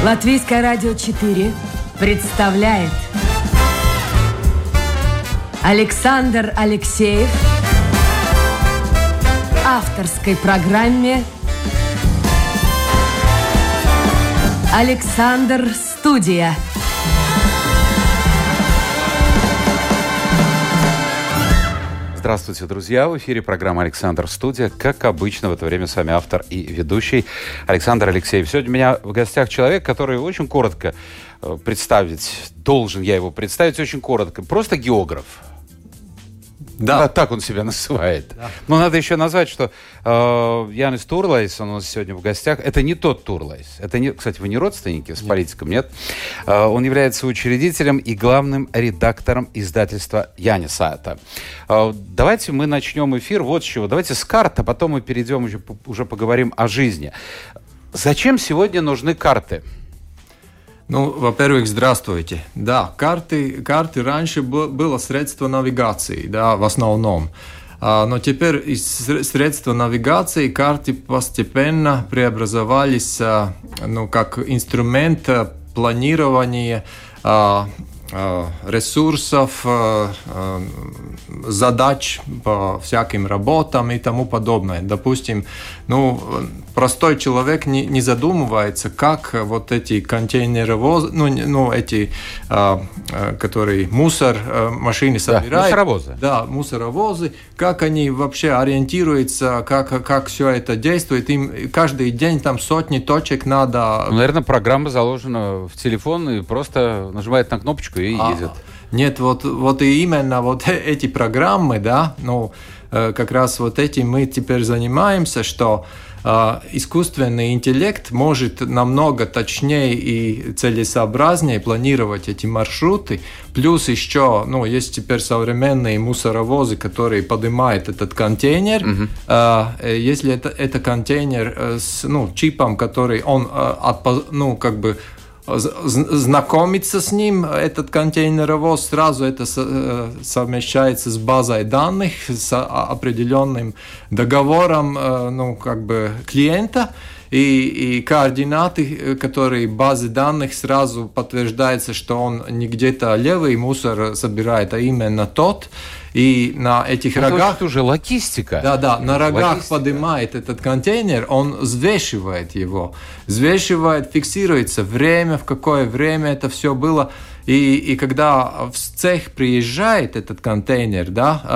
Латвийское радио 4 представляет Александр Алексеев в авторской программе «Александр Студия». Здравствуйте, друзья! В эфире программа «Александр Студия». Как обычно, в это время с вами автор и ведущий Александр Алексеев. Сегодня у меня в гостях человек, который очень коротко должен я его представить очень коротко. Просто географ. Да, так он себя называет. Да. Но надо еще назвать, что Янис Турлайс, он у нас сегодня в гостях. Это не тот Турлайс. Кстати, вы не родственники с политиком, нет? Он является учредителем и главным редактором издательства Яниса. Давайте мы начнем эфир вот с чего. Давайте с карт, а потом мы перейдем, уже поговорим о жизни. Зачем сегодня нужны карты? Ну, во-первых, здравствуйте. Да, карты раньше было средство навигации, да, в основном. Но теперь из средства навигации карты постепенно преобразовались, как инструмент планирования ресурсов, задач по всяким работам и тому подобное. Допустим, простой человек не задумывается, как вот эти контейнеровозы, которые машины собирают. Да, мусоровозы. Да, мусоровозы, как они вообще ориентируются, как все это действует. Им каждый день там сотни точек надо... Наверное, программа заложена в телефон и просто нажимает на кнопочку и едет. Нет, вот и именно вот эти программы, да, как раз вот этим мы теперь занимаемся, что искусственный интеллект может намного точнее и целесообразнее планировать эти маршруты. Плюс еще, есть теперь современные мусоровозы, которые поднимают этот контейнер. Если это контейнер с чипом, который он знакомиться с ним, этот контейнеровоз, сразу это совмещается с базой данных, с определенным договором клиента, и координаты, которые базы данных, сразу подтверждается, что он не где-то левый мусор собирает, а именно тот. И на этих рогах... Это уже логистика. Да, на рогах поднимает этот контейнер, он взвешивает его. Фиксируется время, в какое время это все было. И когда в цех приезжает этот контейнер,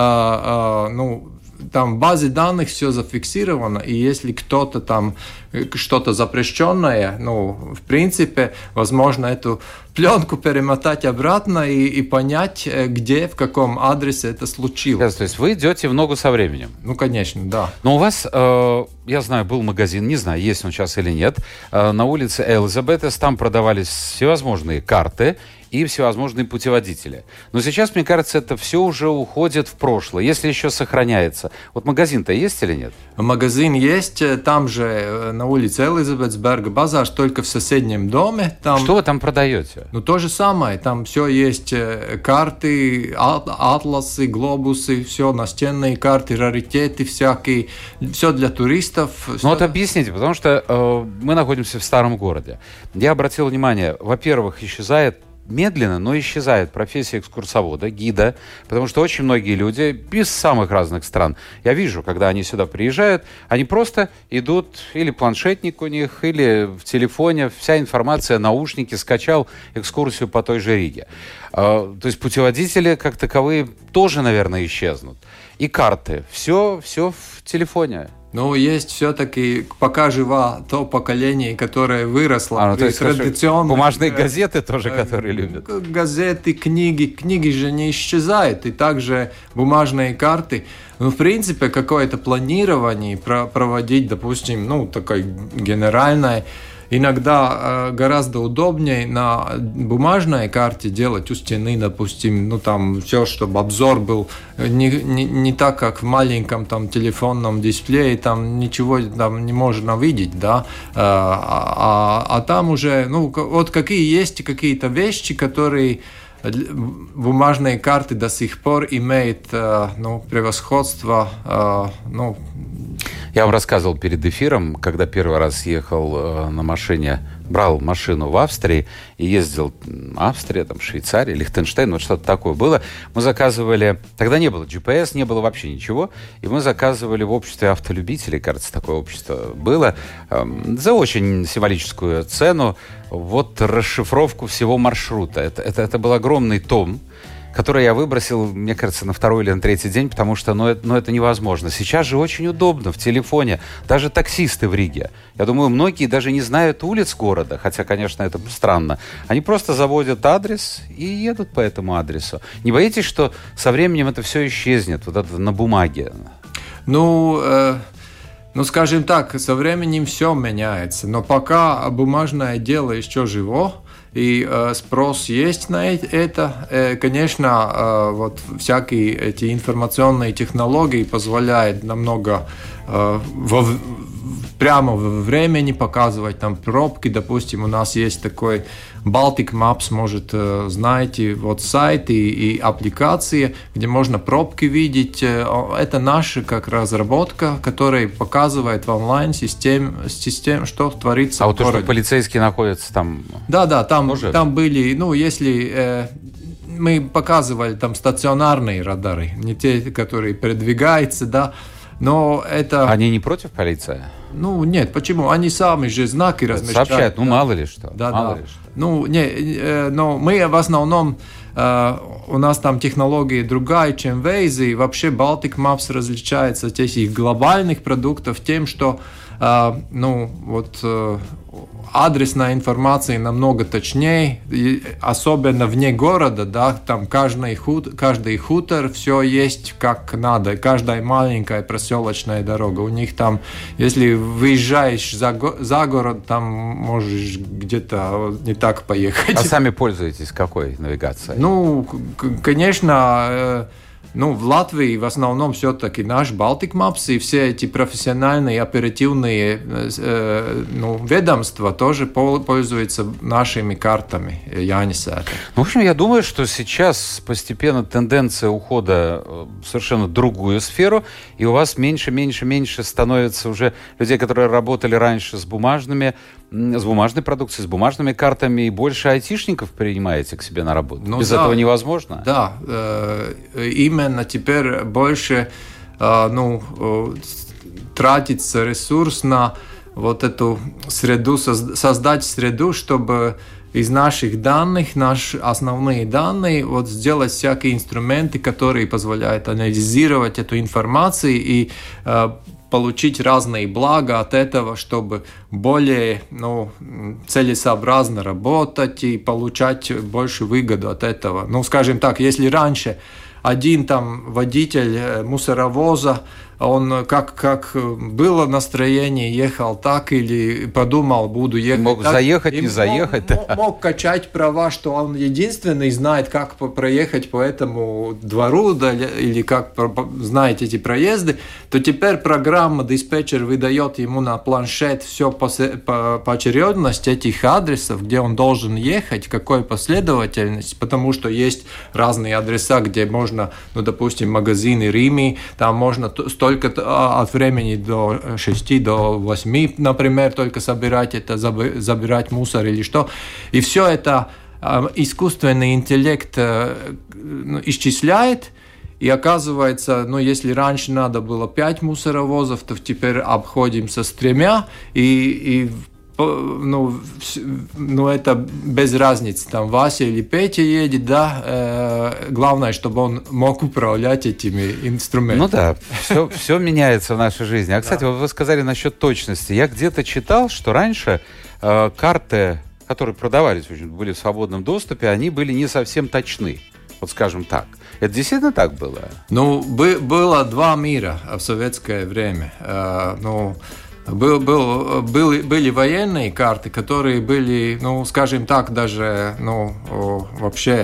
там в базе данных все зафиксировано, и если кто-то там что-то запрещенное, в принципе, возможно, эту пленку перемотать обратно и понять, где, в каком адресе это случилось. То есть вы идете в ногу со временем? Конечно, да. Но у вас, я знаю, был магазин, не знаю, есть он сейчас или нет, на улице Элизабетес, там продавались всевозможные карты и всевозможные путеводители. Но сейчас, мне кажется, это все уже уходит в прошлое, если еще сохраняется. Вот магазин-то есть или нет? Магазин есть, там же на улице Элизабетсберга базар, только в соседнем доме. Что вы там продаете? То же самое, там все есть, карты, атласы, глобусы, все, настенные карты, раритеты всякие, все для туристов. Вот объясните, потому что мы находимся в старом городе. Я обратил внимание, во-первых, медленно, но исчезает профессия экскурсовода, гида, потому что очень многие люди из самых разных стран, я вижу, когда они сюда приезжают, они просто идут, или планшетник у них, или в телефоне, вся информация, наушники, скачал экскурсию по той же Риге. То есть путеводители, как таковые, тоже, наверное, исчезнут. И карты, все в телефоне. Есть все-таки пока живо то поколение, которое выросло при традиционных... Бумажные газеты тоже, которые любят. Газеты, книги же не исчезают, и также бумажные карты. В принципе, какое-то планирование проводить, допустим, такое генеральное, иногда гораздо удобнее на бумажной карте делать у стены, допустим, там все, чтобы обзор был не так, как в маленьком там телефонном дисплее, там ничего там не можно видеть, да, а там уже, вот какие есть какие-то вещи, которые бумажные карты до сих пор имеют превосходство. Я вам рассказывал перед эфиром, когда первый раз ехал на машине брал машину в Австрии и ездил Австрия, там, Швейцария, Лихтенштейн, вот что-то такое было. Мы заказывали... Тогда не было GPS, не было вообще ничего. И мы заказывали в обществе автолюбителей, кажется, такое общество было, за очень символическую цену вот расшифровку всего маршрута. Это был огромный том, который я выбросил, мне кажется, на второй или на третий день, потому что, это невозможно. Сейчас же очень удобно в телефоне. Даже таксисты в Риге. Я думаю, многие даже не знают улиц города, хотя, конечно, это странно. Они просто заводят адрес и едут по этому адресу. Не боитесь, что со временем это все исчезнет, вот это на бумаге? Скажем так, со временем все меняется. Но пока бумажное дело еще живо, и спрос есть на это. Конечно, вот всякие эти информационные технологии позволяют намного прямо во времени показывать там пробки. Допустим, у нас есть такой Baltic Maps, может, знаете, вот сайты и аппликации, где можно пробки видеть. Это наша как разработка, которая показывает в онлайн-системе, что творится в городе. А вот то, что полицейские находятся там... Да, там были, если... мы показывали там стационарные радары, не те, которые передвигаются, да, но это... Они не против полиции? Нет, почему? Они сами же знаки размещают. Сообщают, мало ли что. Да. Ли что. Но мы в основном, у нас там технология другая, чем Waze, и вообще Baltic Maps различается от этих глобальных продуктов тем, что адресная информация намного точнее, особенно вне города, да, там каждый хутор, все есть как надо, каждая маленькая проселочная дорога. У них там, если выезжаешь за город, там можешь где-то не так поехать. А сами пользуетесь какой навигацией? Конечно... в Латвии в основном все-таки наш Baltic Maps и все эти профессиональные оперативные ведомства тоже пользуются нашими картами Янисēta. В общем, я думаю, что сейчас постепенно тенденция ухода в совершенно другую сферу, и у вас меньше становится уже людей, которые работали раньше с бумажной продукцией, с бумажными картами, и больше айтишников принимаете к себе на работу. Без этого невозможно. Да, именно теперь больше тратится ресурс на вот эту среду, создать среду, чтобы из наших данных, наши основные данные, сделать всякие инструменты, которые позволяют анализировать эту информацию и получить разные блага от этого, чтобы более целесообразно работать и получать больше выгоду от этого. Скажем так, если раньше один там водитель мусоровоза, он как было настроение, ехал так или подумал, буду ехать мог так. Заехать, не заехать. Мог качать права, что он единственный знает, как проехать по этому двору, да, или как знает эти проезды, то теперь программа диспетчер выдает ему на планшет все по очередности этих адресов, где он должен ехать, какой последовательность, потому что есть разные адреса, где можно, допустим, магазины Риме, там можно только от времени до 6 до 8, например, только забирать мусор или что. И все это искусственный интеллект исчисляет, и оказывается, если раньше надо было 5 мусоровозов, то теперь обходимся с 3, и это без разницы, там Вася или Петя едет, да, главное, чтобы он мог управлять этими инструментами. Все меняется в нашей жизни. А, кстати, вы сказали насчет точности. Я где-то читал, что раньше карты, которые продавались, были в свободном доступе, они были не совсем точны. Вот скажем так. Это действительно так было? Было два мира в советское время. Были военные карты, которые были, скажем так, даже, вообще,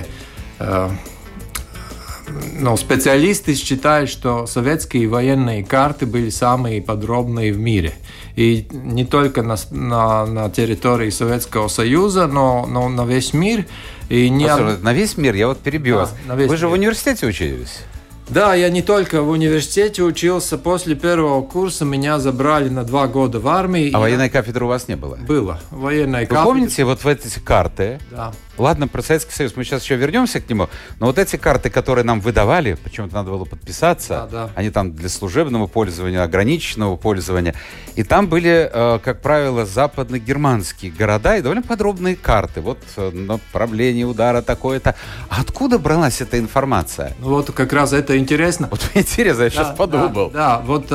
специалисты считают, что советские военные карты были самые подробные в мире. И не только на территории Советского Союза, но на весь мир. На весь мир? Я перебью вас. Вы же в университете учились? Да, я не только в университете учился. После первого курса меня забрали на 2 года в армию. А военной кафедры у вас не было? Было. Военная кафедра. Вы помните вот в эти карты? Да. Ладно, про Советский Союз мы сейчас еще вернемся к нему, но вот эти карты, которые нам выдавали, почему-то надо было подписаться, они там для служебного пользования, ограниченного пользования, и там были, как правило, западно-германские города и довольно подробные карты. Вот направление удара такое-то. Откуда бралась эта информация? Ну вот как раз это интересно. Вот интересно, я сейчас подумал. Да, вот,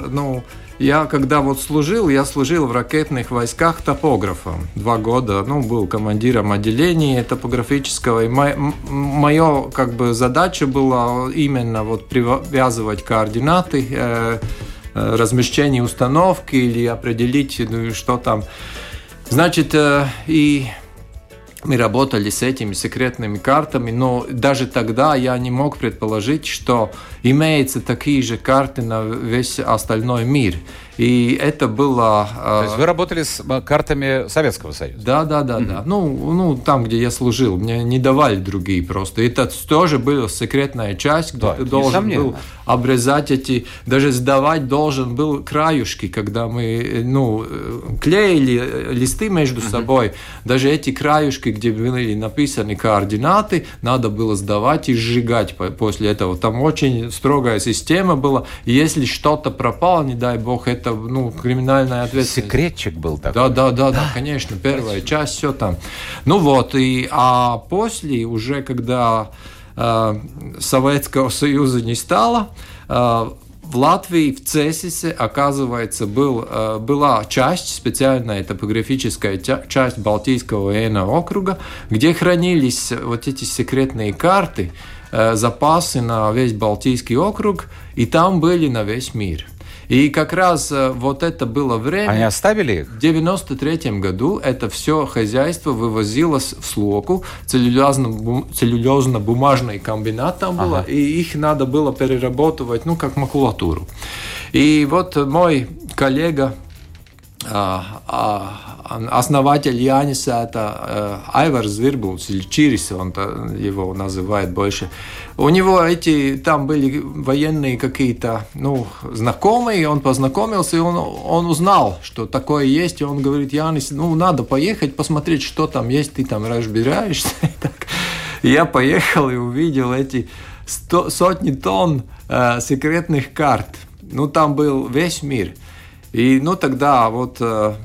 я когда вот служил, я служил в ракетных войсках топографом 2 года, был командиром отделения топографического, и моя задача была именно вот привязывать координаты размещения установки или определить, что там. Значит, и мы работали с этими секретными картами, но даже тогда я не мог предположить, что имеются такие же карты на весь остальной мир. И это было... То есть вы работали с картами Советского Союза? Да. Там, где я служил, мне не давали другие просто. Это тоже была секретная часть, где ты должен был обрезать эти... Даже сдавать должен был краюшки, когда мы клеили листы между собой. Даже эти краюшки, где были написаны координаты, надо было сдавать и сжигать после этого. Там очень строгая система была. И если что-то пропало, не дай бог, это криминальная ответственность. Секретчик был такой. Да, конечно, первая часть, все там. А после, уже когда Советского Союза не стало, в Латвии, в Цесисе, оказывается, была часть, специальная топографическая часть Балтийского военного округа, где хранились вот эти секретные карты, запасы на весь Балтийский округ, и там были на весь мир. И как раз вот это было время... Они оставили их? В 1993 году это все хозяйство вывозилось в Слоку, целлюлезно-бумажный комбинат там был, и их надо было перерабатывать, как макулатуру. И вот мой коллега, основатель Яниса, это Айварс Зvirbuls, или Чирис, он его называет больше. У него там были военные какие-то, знакомые, он познакомился, и он узнал, что такое есть, и он говорит: Янис, надо поехать, посмотреть, что там есть, ты там разбираешься. И я поехал и увидел эти сотни тонн секретных карт. Там был весь мир. И тогда вот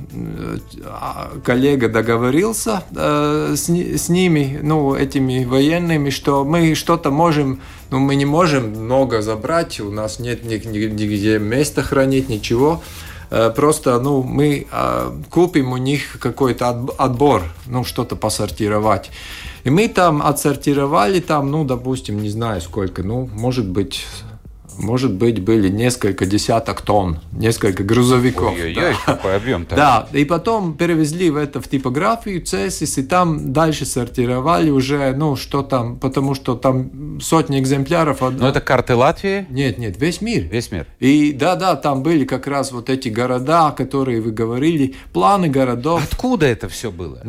коллега договорился с ними, этими военными, что мы что-то можем, мы не можем много забрать, у нас нет нигде места хранить, ничего. Просто мы купим у них какой-то отбор, что-то посортировать. И мы там отсортировали, допустим, не знаю сколько, может быть, были несколько десяток тонн, несколько грузовиков. Ой-ой-ой, какой объем-то. Да, и потом перевезли в типографию Цесис, и там дальше сортировали уже, что там, потому что там сотни экземпляров. Но это карты Латвии? Нет, весь мир. Весь мир. И да, там были как раз вот эти города, которые вы говорили, планы городов. Откуда это все было?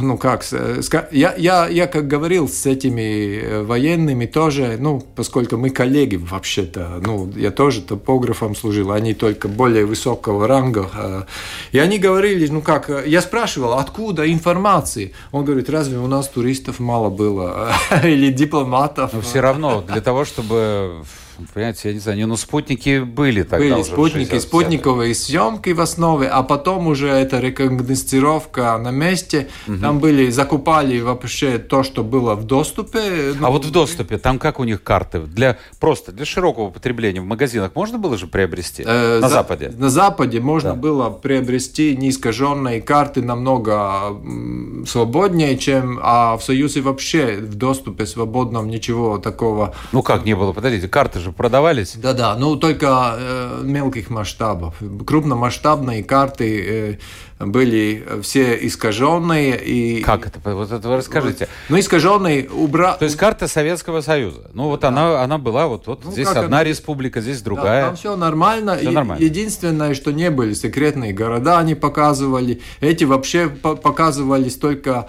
Я как говорил с этими военными тоже, поскольку мы коллеги вообще-то, я тоже топографом служил, они только более высокого ранга. И они говорили, я спрашивал, откуда информации? Он говорит: разве у нас туристов мало было? Или дипломатов? Но все равно, для того, чтобы... Понимаете, я не знаю, спутники были тогда. Были спутники, спутниковые съемки в основе, а потом уже эта рекогносцировка на месте. Там закупали вообще то, что было в доступе. А вот в доступе, там как у них карты? Для широкого потребления в магазинах можно было же приобрести? На Западе? На Западе можно было приобрести неискаженные карты намного свободнее, а в Союзе вообще в доступе свободном ничего такого. Как не было? Подождите, карты же продавались? Да, только мелких масштабов. Крупномасштабные карты были все искаженные. И... Как это? Вот это вы расскажите. Искаженные То есть карта Советского Союза. Она была здесь одна республика, здесь другая. Да, там все нормально. Единственное, что не были секретные города, они показывали. Эти вообще показывались только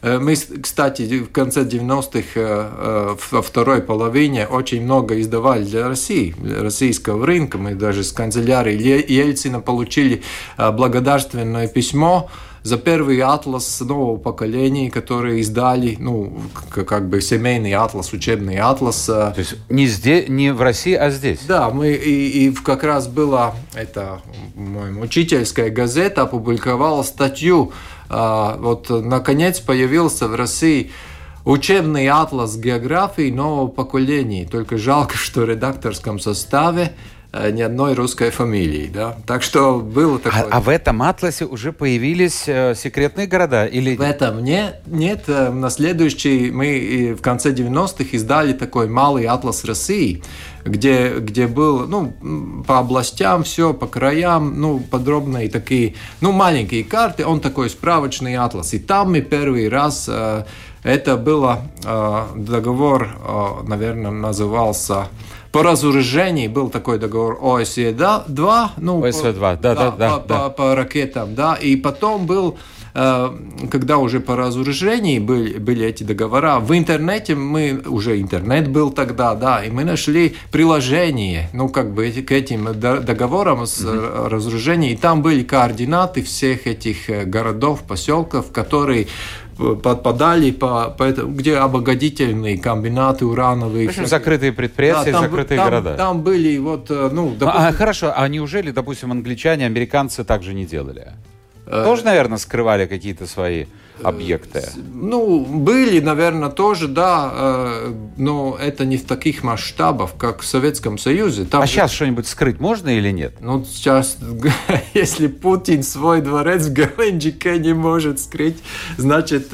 Мы, кстати, в конце 90-х, во второй половине, очень много издавали для России, для российского рынка. Мы даже с канцелярии Ельцина получили благодарственное письмо за первый атлас нового поколения, который издали, ну, как бы семейный атлас, учебный атлас. То есть не в России, а здесь? Да, мы и как раз была эта, по-моему, учительская газета опубликовала статью. Вот, наконец, появился в России учебный атлас географии нового поколения. Только жалко, что в редакторском составе ни одной русской фамилии, да. Так что было такое. А в этом атласе уже появились секретные города или? В этом нет. На следующий мы в конце 90-х издали такой малый атлас России, где был, ну, по областям все, по краям, ну, подробные такие, ну, маленькие карты. Он такой справочный атлас. И там мы первый раз, это было договор, наверное, назывался. По разоружению был такой договор ОСЕ-2, ну, ОСЕ-2, да. По ракетам, да, и потом был, когда уже по разоружению были эти договора, в интернете уже интернет был тогда, да, и мы нашли приложение, ну, как бы к этим договорам с разоружением, и там были координаты всех этих городов, поселков, которые подпадали где обогатительные комбинаты урановые. В общем, закрытые предприятия, да, закрытые города. Там были вот, ну... Допустим... Хорошо, а неужели, допустим, англичане, американцы также не делали? Тоже, наверное, скрывали какие-то свои объекты? Ну, были, наверное, тоже, да, но это не в таких масштабах, как в Советском Союзе. Там сейчас что-нибудь скрыть можно или нет? Ну, сейчас, если Путин свой дворец в Геленджике не может скрыть, значит,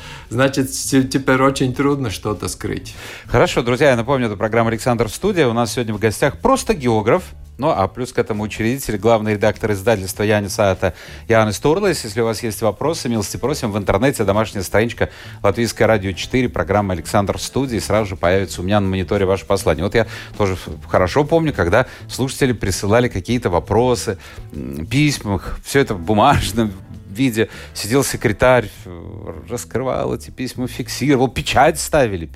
теперь очень трудно что-то скрыть. Хорошо, друзья, я напомню, это программа «Александр в студии». У нас сегодня в гостях просто географ, ну, а плюс к этому учредитель, главный редактор издательства Jānis Sāta Jānis Turlis. Если у вас есть вопросы, милости просим. В интернете домашняя страничка Латвийское радио 4, программа «Александр в студии». Сразу же появится у меня на мониторе ваше послание. Вот я тоже хорошо помню, когда слушатели присылали какие-то вопросы, письма, все это в бумажном виде. Сидел секретарь, раскрывал эти письма, фиксировал, печать ставили.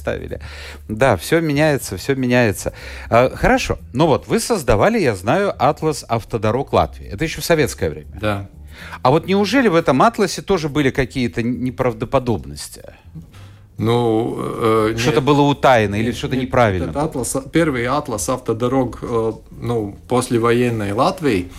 Да, все меняется. Хорошо. Ну вот, вы создавали, я знаю, атлас автодорог Латвии. Это еще в советское время. Да. А вот неужели в этом атласе тоже были какие-то неправдоподобности? Ну, что-то было утаено или что-то неправильно? Первый атлас автодорог, ну, послевоенной Латвии,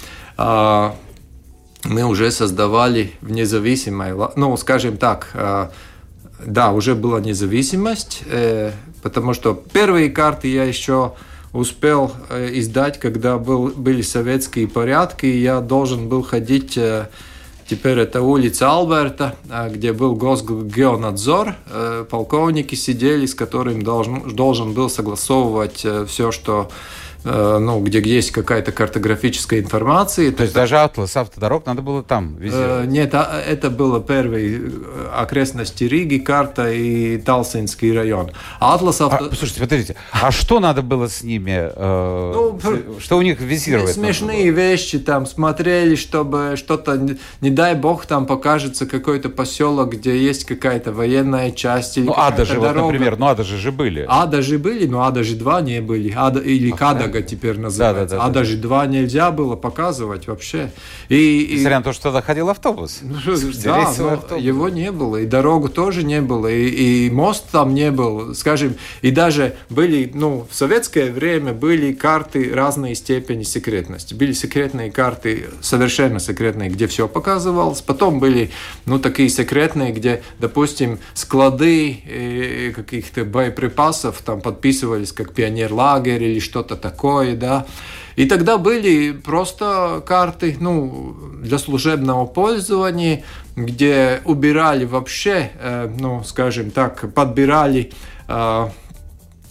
мы уже создавали в независимой, ну, скажем так, да, уже была независимость, потому что первые карты я еще успел издать, когда были советские порядки, и я должен был ходить, теперь это улица Альберта, где был Госгеонадзор, полковники сидели, с которым должен был согласовывать все, что... ну, где есть какая-то картографическая информация. То есть даже атлас автодорог надо было там визировать? Нет, это было первые окрестности Риги, карта и Талсинский район. Слушайте, подождите, а что надо было с ними? Что у них визировать? Смешные вещи там смотрели, чтобы что-то, не дай бог, там покажется какой-то поселок, где есть какая-то военная часть. Или Адажи, вот, например, Адажи же были. Адажи были, но Адажи 2 не были. Или Кадага теперь называется. Да. Даже 2 нельзя было показывать вообще. Несмотря на то, что туда ходил автобус. Да, но его не было. И дорогу тоже не было. И мост там не был. Скажем, и даже были, ну, в советское время были карты разной степени секретности. Были секретные карты, совершенно секретные, где все показывалось. Потом были, ну, такие секретные, где, допустим, склады каких-то боеприпасов там подписывались как пионерлагерь или что-то такое. Да. И тогда были просто карты, ну, для служебного пользования, где убирали вообще, ну, скажем так, подбирали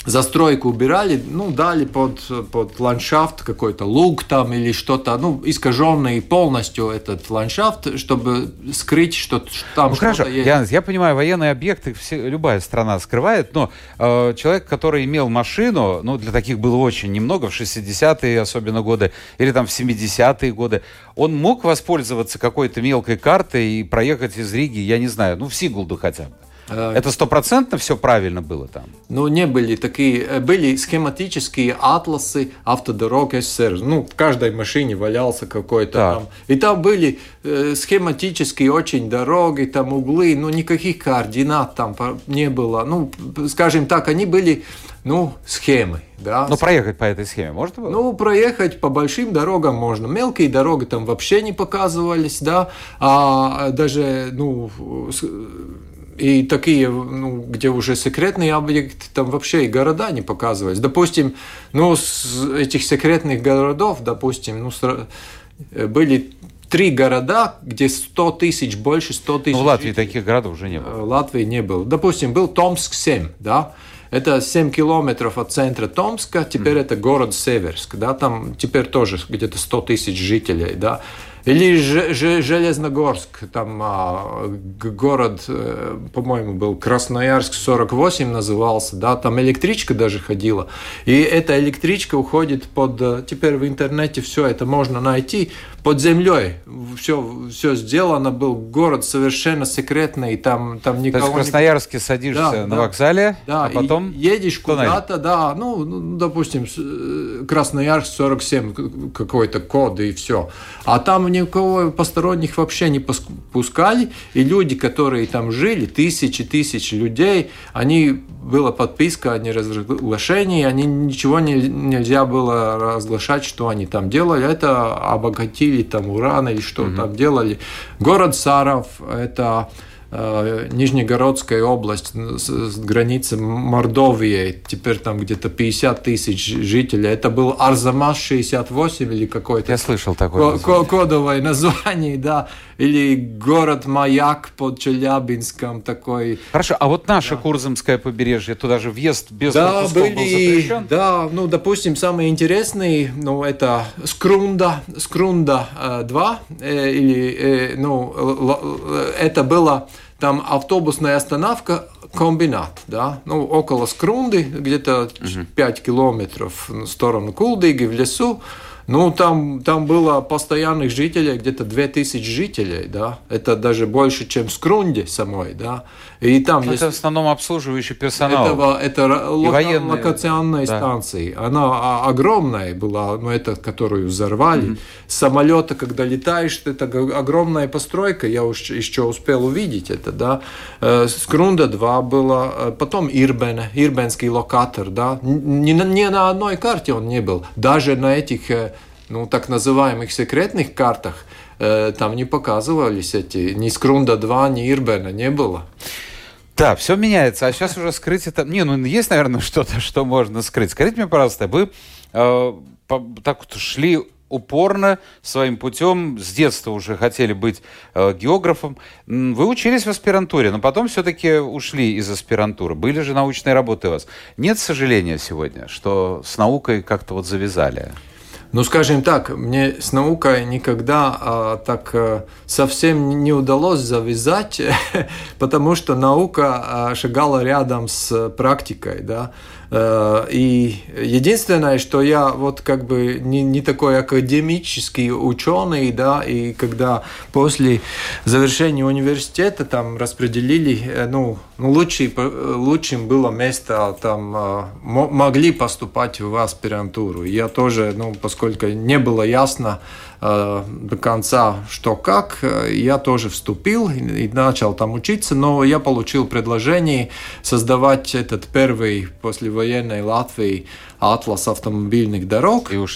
застройку убирали, ну, дали под ландшафт какой-то луг там или что-то, ну, искаженный полностью этот ландшафт, чтобы скрыть, что там хорошо, что-то есть. Янис, я понимаю, военные объекты любая страна скрывает, но человек, который имел машину, ну, для таких было очень немного, в 60-е особенно годы, или там в 70-е годы, он мог воспользоваться какой-то мелкой картой и проехать из Риги, я не знаю, ну, в Сигулду хотя бы. Это 100% все правильно было там? Ну, не были такие, были схематические атласы автодорог СССР. Ну, в каждой машине валялся какой-то там. И там были схематические очень дороги, там углы, но никаких координат там не было. Ну, скажем так, они были, ну, схемы. Да. Но проехать по этой схеме можно было? Ну, проехать по большим дорогам можно. Мелкие дороги там вообще не показывались, да. А даже, ну, и такие, ну, где уже секретные объекты, там вообще и города не показывались. Допустим, ну, с этих секретных городов, допустим, ну, были 3 города, где 100 тысяч, больше 100 тысяч. Ну, в Латвии таких городов уже не было. В Латвии не было. Допустим, был Томск-7, да. Это 7 километров от центра Томска, теперь это город Северск, да, там теперь тоже где-то 100 тысяч жителей, да. Или Железногорск, там город, по-моему, был Красноярск 48 назывался, да, там электричка даже ходила. И эта электричка уходит теперь в интернете все это можно найти, под землей. Все сделано, был город совершенно секретный, там никого не... То есть в Красноярске садишься на вокзале, а потом... едешь куда-то, да, ну, допустим, Красноярск 47, какой-то код и все. А там никого посторонних вообще не пускали, и люди, которые там жили, тысячи людей, была подписка о неразглашении, ничего нельзя было разглашать, что они там делали, это обогатили там уран или что там делали. Город Саров, это Нижнегородская область с границы Мордовии, теперь там где-то 50 тысяч жителей. Это был Арзамас-68 или какой-то. Я слышал такое кодовое название, да. Или город Маяк под Челябинском такой. Хорошо, а вот наше Курзамское побережье, туда же въезд без пропусков был запрещен? Да, ну, допустим, самый интересный, ну, это Скрунда 2, это было там автобусная остановка, комбинат, да, ну, около Скрунды, где-то 5 километров в сторону Кулдыги, в лесу. Ну, там было постоянных жителей, где-то 2000 жителей, да, это даже больше, чем в Скрунде самой, да, и там... Это в основном обслуживающий персонал. Это локационная станция, она огромная была, но это, которую взорвали. С самолета, когда летаешь, это огромная постройка, я еще успел увидеть это, да. Скрунда 2 было, потом Ирбенский локатор, да, ни на одной карте он не был, даже на этих... ну, так называемых секретных картах там не показывались ни Скрунда 2, ни Ирбена не было. Да, все меняется, а сейчас уже скрыть это... есть, наверное, что-то, что можно скрыть. Скажите мне, пожалуйста, вы так вот шли упорно своим путем, с детства уже хотели быть географом. Вы учились в аспирантуре, но потом все-таки ушли из аспирантуры. Были же научные работы у вас. Нет сожаления сегодня, что с наукой как-то вот завязали? Ну, скажем так, мне с наукой никогда так совсем не удалось завязать, потому что наука шагала рядом с практикой, да. И единственное, что я вот как бы не такой академический ученый, да, и когда после завершения университета там распределили, лучшим было место, там могли поступать в аспирантуру. Я тоже, поскольку не было ясно до конца, что как, я тоже вступил и начал там учиться, но я получил предложение создавать этот первый послевоенной Латвии атлас автомобильных дорог. И ушли.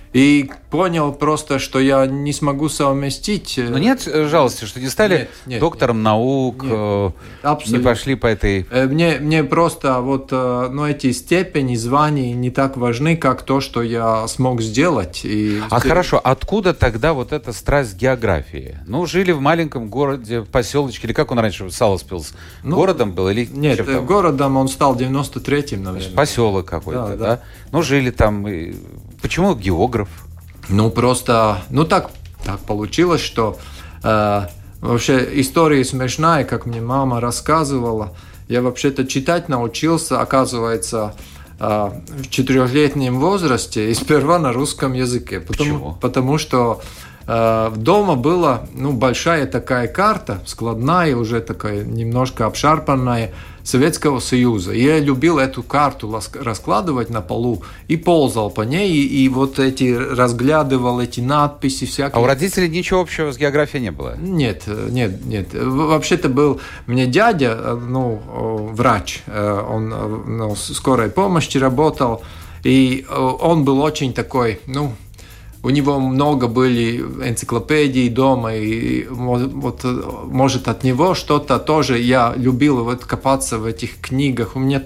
И понял просто, что я не смогу совместить. Но нет жалости, что не стали доктором наук, не пошли по этой... Мне просто вот эти степени, звания не так важны, как то, что я смог сделать. Хорошо, откуда тогда вот эта страсть к географии? Ну, жили в маленьком городе, в поселочке, или как он раньше, Саласпилс, городом был? Или нет, городом он стал в 93-м, наверное. Поселок какой-то, да? Ну, жили там... Почему географ? Ну, просто... так получилось, что... вообще, история смешная, как мне мама рассказывала. Я вообще-то читать научился, оказывается, в 4-летнем возрасте и сперва на русском языке. Потому что дома была большая такая карта, складная, уже такая немножко обшарпанная, Советского Союза. Я любил эту карту раскладывать на полу и ползал по ней, и вот разглядывал эти надписи всякие. А у родителей ничего общего с географией не было? Нет. Вообще-то был мне дядя, врач, он в скорой помощи работал, и он был очень такой, у него много были энциклопедий дома, и вот, может, от него что-то тоже я любил копаться в этих книгах. У меня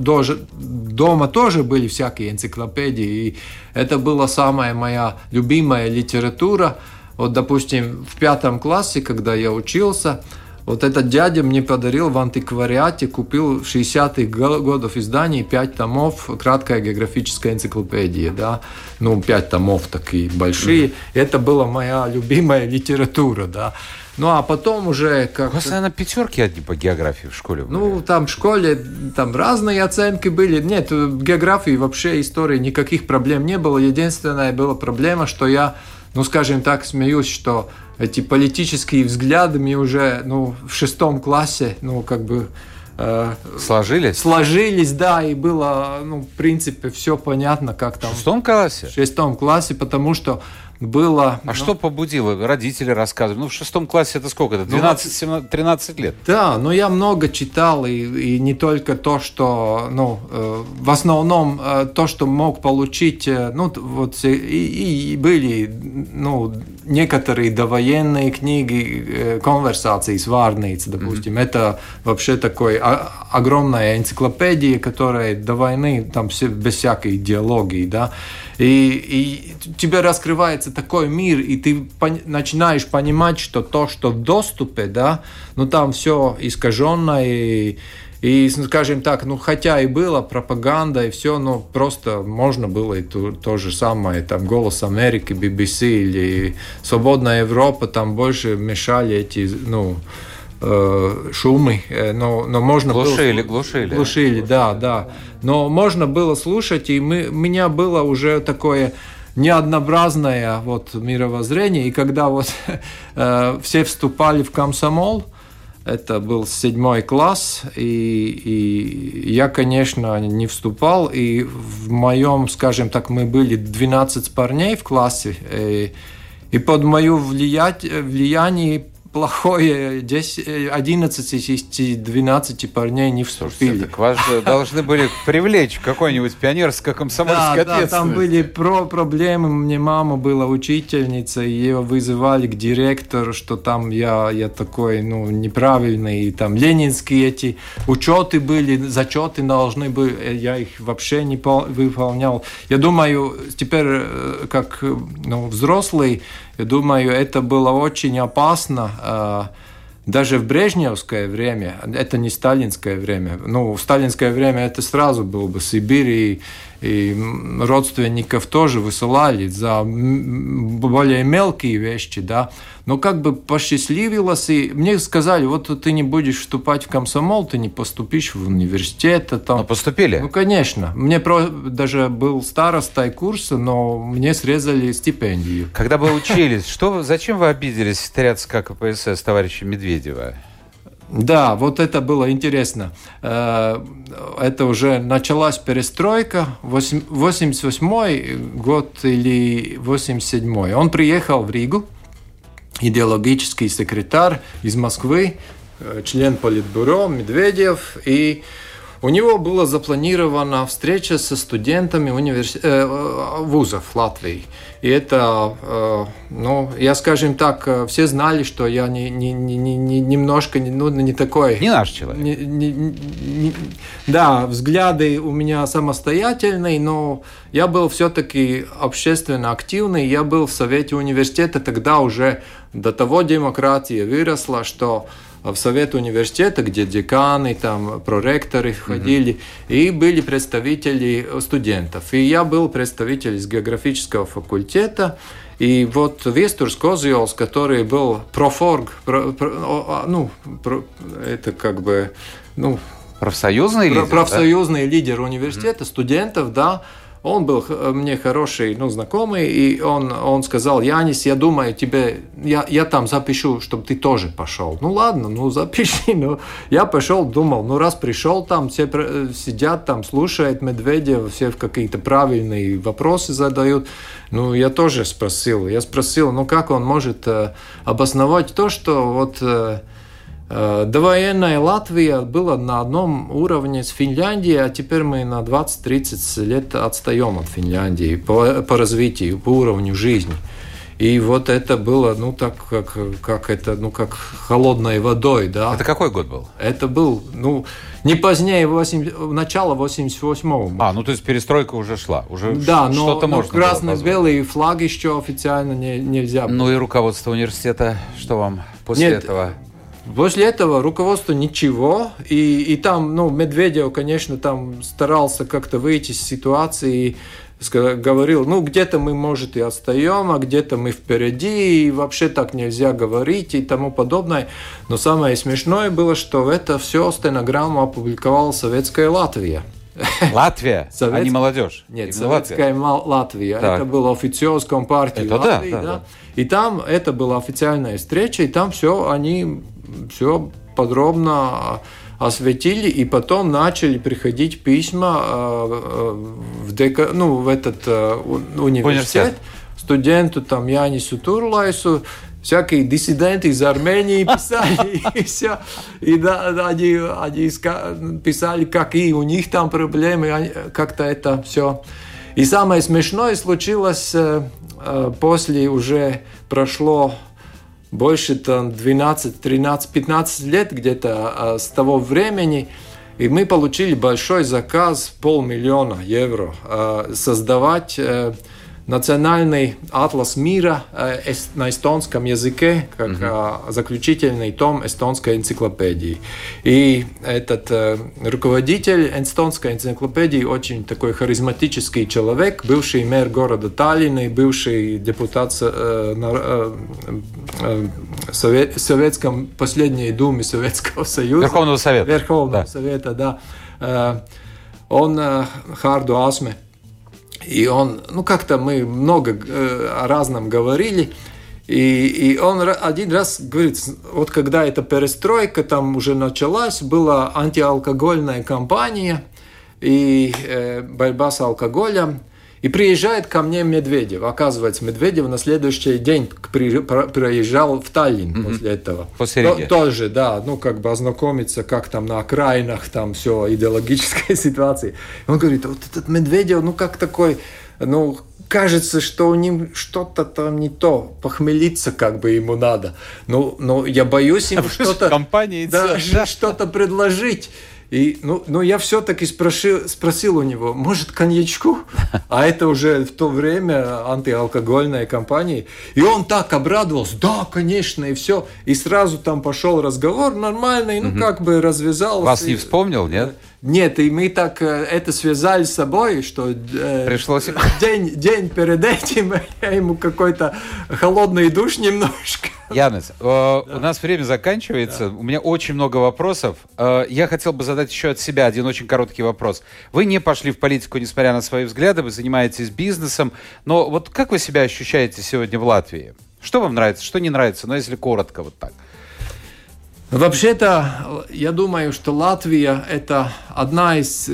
дома тоже были всякие энциклопедии, и это была самая моя любимая литература. Вот, допустим, в 5 классе, когда я учился, вот этот дядя мне подарил в антиквариате, купил 60-х годов изданий 5 томов краткая географическая энциклопедия, да, 5 томов такие большие. Это была моя любимая литература, да. А потом уже как... У вас, наверное, 5 одни по географии в школе были? Там в школе разные оценки были. Нет, в географии вообще истории никаких проблем не было. Единственная была проблема, что я, скажем так, смеюсь, что эти политические взгляды мне уже в 6 классе, Сложились, да, и было, в принципе, все понятно, как там... В 6 классе? В 6 классе, потому что было... что побудило? Родители рассказывали. В 6 классе это сколько? Это 12-13 лет? Да, но я много читал, и не только то, что... в основном то, что мог получить... и были, некоторые довоенные книги, конверсации с Варницы, допустим. Это вообще такой огромная энциклопедия, которая до войны, там без всякой идеологии, да. И тебе раскрывается такой мир, и ты начинаешь понимать, что то, что в доступе, да, там все искаженно, и, скажем так, хотя и была пропаганда, и все, но просто можно было и то же самое, там, «Голос Америки», BBC или «Свободная Европа», там больше мешали эти, шумы, но можно глушили, да. Но можно было слушать, и у меня было уже такое неоднообразное мировоззрение, и когда все вступали в комсомол, это был 7 класс, и я, конечно, не вступал, и в моем, скажем так, мы были 12 парней в классе, и под мое влияние плохое 11 из 12 парней не вступили. Слушайте, так вас должны были привлечь в какой-нибудь пионерско-комсомольской ответственности. Да, там были проблемы. Мне мама была учительница, ее вызывали к директору, что там я такой, неправильный. И там ленинские эти учеты были, зачеты должны были, я их вообще не выполнял. Я думаю, теперь как взрослый, я думаю, это было очень опасно. Даже в брежневское время, это не сталинское время, в сталинское время это сразу было бы Сибирь, и родственников тоже высылали за более мелкие вещи, да. Но как бы посчастливилось, и мне сказали, ты не будешь вступать в комсомол, ты не поступишь в университет. Но поступили? Конечно. Мне даже был старостой курса, но мне срезали стипендию. Когда вы учились, зачем вы обиделись в ТРЦК КПСС товарища Медведева? Да, это было интересно. Это уже началась перестройка, 88-й год или 87-й. Он приехал в Ригу, идеологический секретарь из Москвы, член Политбюро Медведев, и у него была запланирована встреча со студентами вузов Латвии. И это, я, скажем так, все знали, что я немножко не такой... Не наш человек. Да, взгляды у меня самостоятельные, но я был все-таки общественно активный. Я был в совете университета, тогда уже до того демократия выросла, что в совет университета, где деканы, там, проректоры входили, и были представители студентов. И я был представитель из географического факультета. И вот Вестурс Козьолс, который был профорг, это как бы... Профсоюзный лидер? Профсоюзный лидер университета, студентов, да. Он был мне хороший, знакомый, и он сказал: Янис, я думаю, я там запишу, чтобы ты тоже пошел. Ладно, запиши. Я пошел, думал, раз пришел там, все сидят там, слушают Медведева, все какие-то правильные вопросы задают. Я тоже спросил. Я спросил, как он может обосновать то, что вот... Довоенная Латвия была на одном уровне с Финляндией, а теперь мы на 20-30 лет отстаем от Финляндии по развитию, по уровню жизни. И вот это было, как холодной водой, да. Это какой год был? Это был, не позднее, начало 88-го. То есть перестройка уже шла, уже да, что-то можно было позволить. Красный-белый флаг еще официально нельзя было. И руководство университета, что вам после этого... После этого руководство ничего, и там, Медведев, конечно, там старался как-то выйти из ситуации, говорил, где-то мы, может, и отстаем, а где-то мы впереди, и вообще так нельзя говорить и тому подобное. Но самое смешное было, что это все стенограмму опубликовала Советская Латвия. Латвия, а не молодежь? Нет, Советская Латвия. Так. Это было официоз Компартии Латвии. Да. И там это была официальная встреча, и там они все подробно осветили, и потом начали приходить письма в этот университет студенту там Янису Турлайсу. Всякие диссиденты из Армении писали, и все. И они писали, какие у них там проблемы, как-то это все. И самое смешное случилось, после уже прошло больше 12, 13, 15 лет где-то с того времени, и мы получили большой заказ, 500 000 евро, создавать национальный атлас мира на эстонском языке, как заключительный том эстонской энциклопедии. И этот руководитель эстонской энциклопедии очень такой харизматический человек, бывший мэр города Таллина, бывший депутат последней думы Советского Союза. Верховного Совета, да. Он Харду Асме. И он, как-то мы много о разном говорили, и он один раз говорит, вот когда эта перестройка там уже началась, была антиалкогольная кампания и борьба с алкоголем, и приезжает ко мне Медведев. Оказывается, Медведев на следующий день приезжал в Таллин после этого. После Риги. Тоже, да, ознакомиться, как там на окраинах, там все, идеологическая ситуация. Он говорит, вот этот Медведев, как такой, кажется, что у него что-то там не то, похмелиться как бы ему надо. Но я боюсь ему что-то предложить. И, я все-таки спросил у него, может, коньячку? А это уже в то время антиалкогольная кампания. И он так обрадовался, да, конечно, и все. И сразу там пошел разговор нормальный, как бы развязался. Вас не вспомнил, нет? Нет, и мы так это связали с собой, что пришлось... день перед этим я ему какой-то холодный душ немножко. Янис, у нас время заканчивается, у меня очень много вопросов. Я хотел бы задать еще от себя один очень короткий вопрос. Вы не пошли в политику, несмотря на свои взгляды, вы занимаетесь бизнесом, но вот как вы себя ощущаете сегодня в Латвии? Что вам нравится, что не нравится, если коротко вот так? Вообще-то, я думаю, что Латвия – это одна из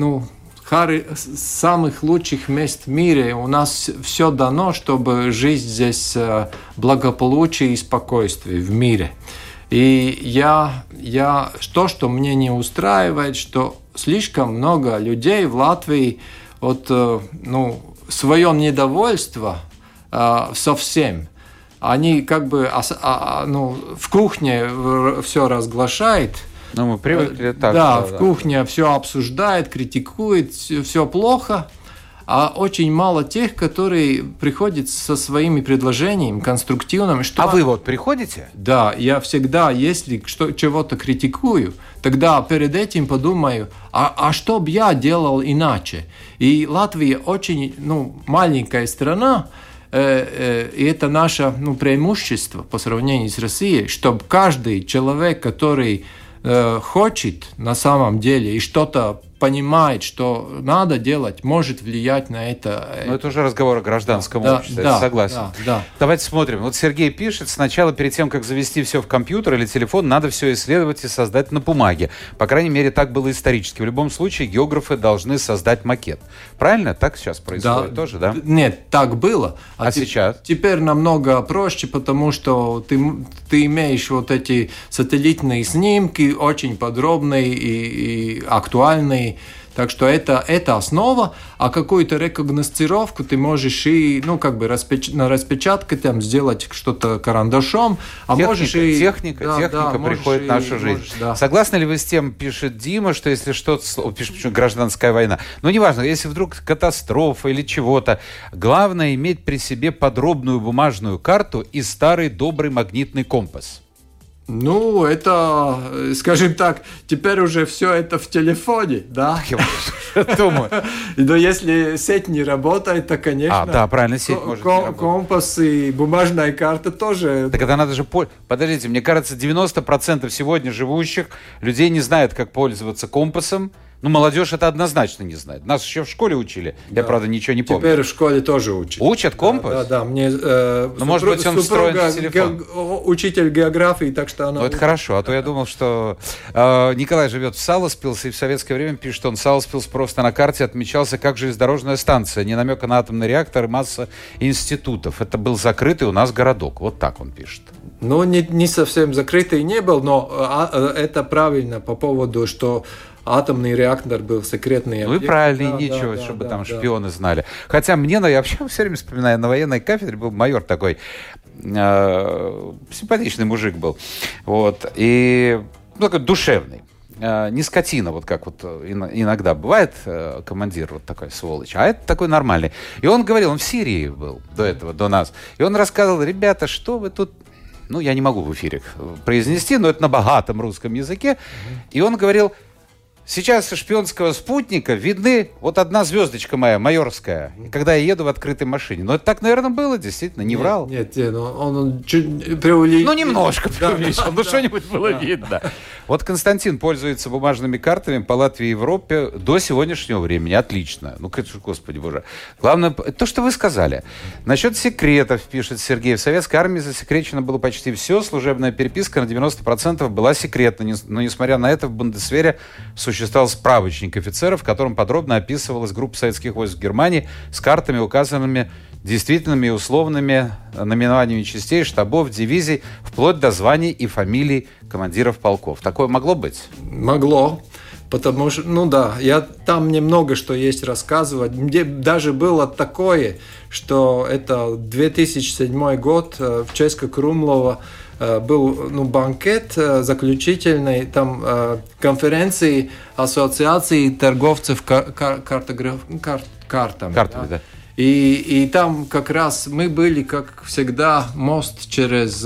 самых лучших мест в мире. У нас все дано, чтобы жить здесь в благополучии и спокойствии в мире. И то, что мне не устраивает, что слишком много людей в Латвии свое недовольство совсем. Они как бы в кухне все разглашают. Ну, мы привыкли так. Да, в кухне все обсуждает, критикует, все плохо. А очень мало тех, которые приходят со своими предложениями конструктивными. А вы вот приходите? Да, я всегда, если чего-то критикую, тогда перед этим подумаю, а что бы я делал иначе? И Латвия очень маленькая страна, и это наше преимущество по сравнению с Россией, чтобы каждый человек, который хочет на самом деле и что-то понимает, что надо делать, может влиять на это. Но это уже разговор о гражданском обществе, я согласен. Да. Давайте смотрим. Вот Сергей пишет, сначала перед тем, как завести все в компьютер или телефон, надо все исследовать и создать на бумаге. По крайней мере, так было исторически. В любом случае, географы должны создать макет. Правильно? Так сейчас происходит тоже, да? Нет, так было. А сейчас? Теперь намного проще, потому что ты имеешь вот эти сателлитные снимки, очень подробные и актуальные. Так что это основа, а какую-то рекогносцировку ты можешь и, на распечатке там сделать что-то карандашом, Техника приходит в нашу жизнь. Да. Согласны ли вы с тем, пишет Дима, что если что-то, пишет, почему гражданская война, неважно, если вдруг катастрофа или чего-то, главное иметь при себе подробную бумажную карту и старый добрый магнитный компас. Это, скажем так, теперь уже все это в телефоне, да? Я думаю. Но если сеть не работает, то, конечно... Да, правильно, сеть может не работать. Компас и бумажная карта тоже... Так это надо же... Подождите, мне кажется, 90% сегодня живущих людей не знают, как пользоваться компасом. Молодежь это однозначно не знает. Нас еще в школе учили. Да. Я, правда, ничего не помню. Теперь в школе тоже учат. Учат компас? Да. Мне может быть, он встроен в телефон. Учитель географии, так что она... Это хорошо, а то я думал, что... Николай живет в Саласпилсе, и в советское время пишет он, Саласпилс просто на карте отмечался как железнодорожная станция. Ни намека на атомный реактор и масса институтов. Это был закрытый у нас городок. Вот так он пишет. Не совсем закрытый не был, но это правильно по поводу, что атомный реактор был секретный объект. И правильно, и нечего, чтобы там шпионы знали. Хотя я вообще все время вспоминаю, на военной кафедре был майор такой, симпатичный мужик был, и такой душевный. Не скотина, как иногда бывает командир такой сволочь, а это такой нормальный. И он говорил, он в Сирии был до этого, до нас, и он рассказывал, ребята, что вы тут... я не могу в эфире произнести, но это на богатом русском языке. И он говорил, сейчас со шпионского спутника видны одна звездочка моя, майорская, когда я еду в открытой машине. Это так, наверное, было, действительно, не врал. Нет, он чуть преувеличил. Немножко преувеличил, что-нибудь было видно. Константин пользуется бумажными картами по Латвии и Европе до сегодняшнего времени. Отлично. Господи боже. Главное, то, что вы сказали. Насчет секретов, пишет Сергей. В советской армии засекречено было почти все. Служебная переписка на 90% была секретна. Но, несмотря на это, в Бундесвере существовал справочник офицеров, в котором подробно описывалась группа советских войск в Германии с картами, указанными действительными и условными наименованиями частей, штабов, дивизий, вплоть до званий и фамилий командиров полков. Такое могло быть? Могло. Потому что, там немного что есть рассказывать. Мне даже было такое, что это 2007 год в честь Крумлова был банкет заключительный, там конференции Ассоциации торговцев картами. Да. И там как раз мы были, как всегда, мост через,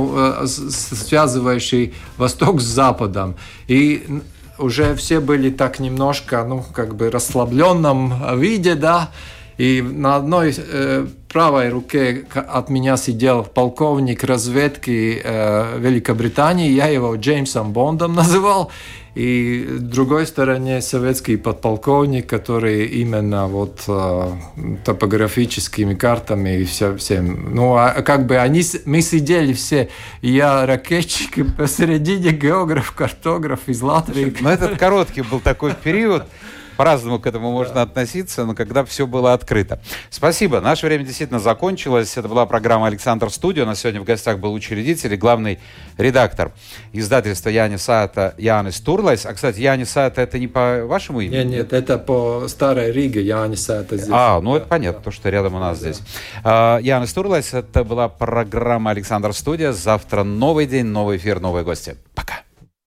связывающий Восток с Западом. И уже все были так немножко, расслабленном виде, да. И на одной правой руке от меня сидел полковник разведки Великобритании, я его Джеймсом Бондом называл, и в другой стороне советский подполковник, который именно топографическими картами и всем. Мы сидели все, я ракетчик, и посередине географ, картограф из Латвии. Этот короткий был такой период. По-разному к этому можно относиться, но когда все было открыто. Спасибо. Наше время действительно закончилось. Это была программа «Александр Студия». У нас сегодня в гостях был учредитель и главный редактор издательства Jāņa Sāta Jānis Turlais. А, кстати, Jāņa Sāta — это не по вашему имени? Нет, это по Старой Риге Jāņa Sāta здесь. Это понятно, то, что рядом у нас здесь. Jānis Turlais, это была программа «Александр Студия». Завтра новый день, новый эфир, новые гости.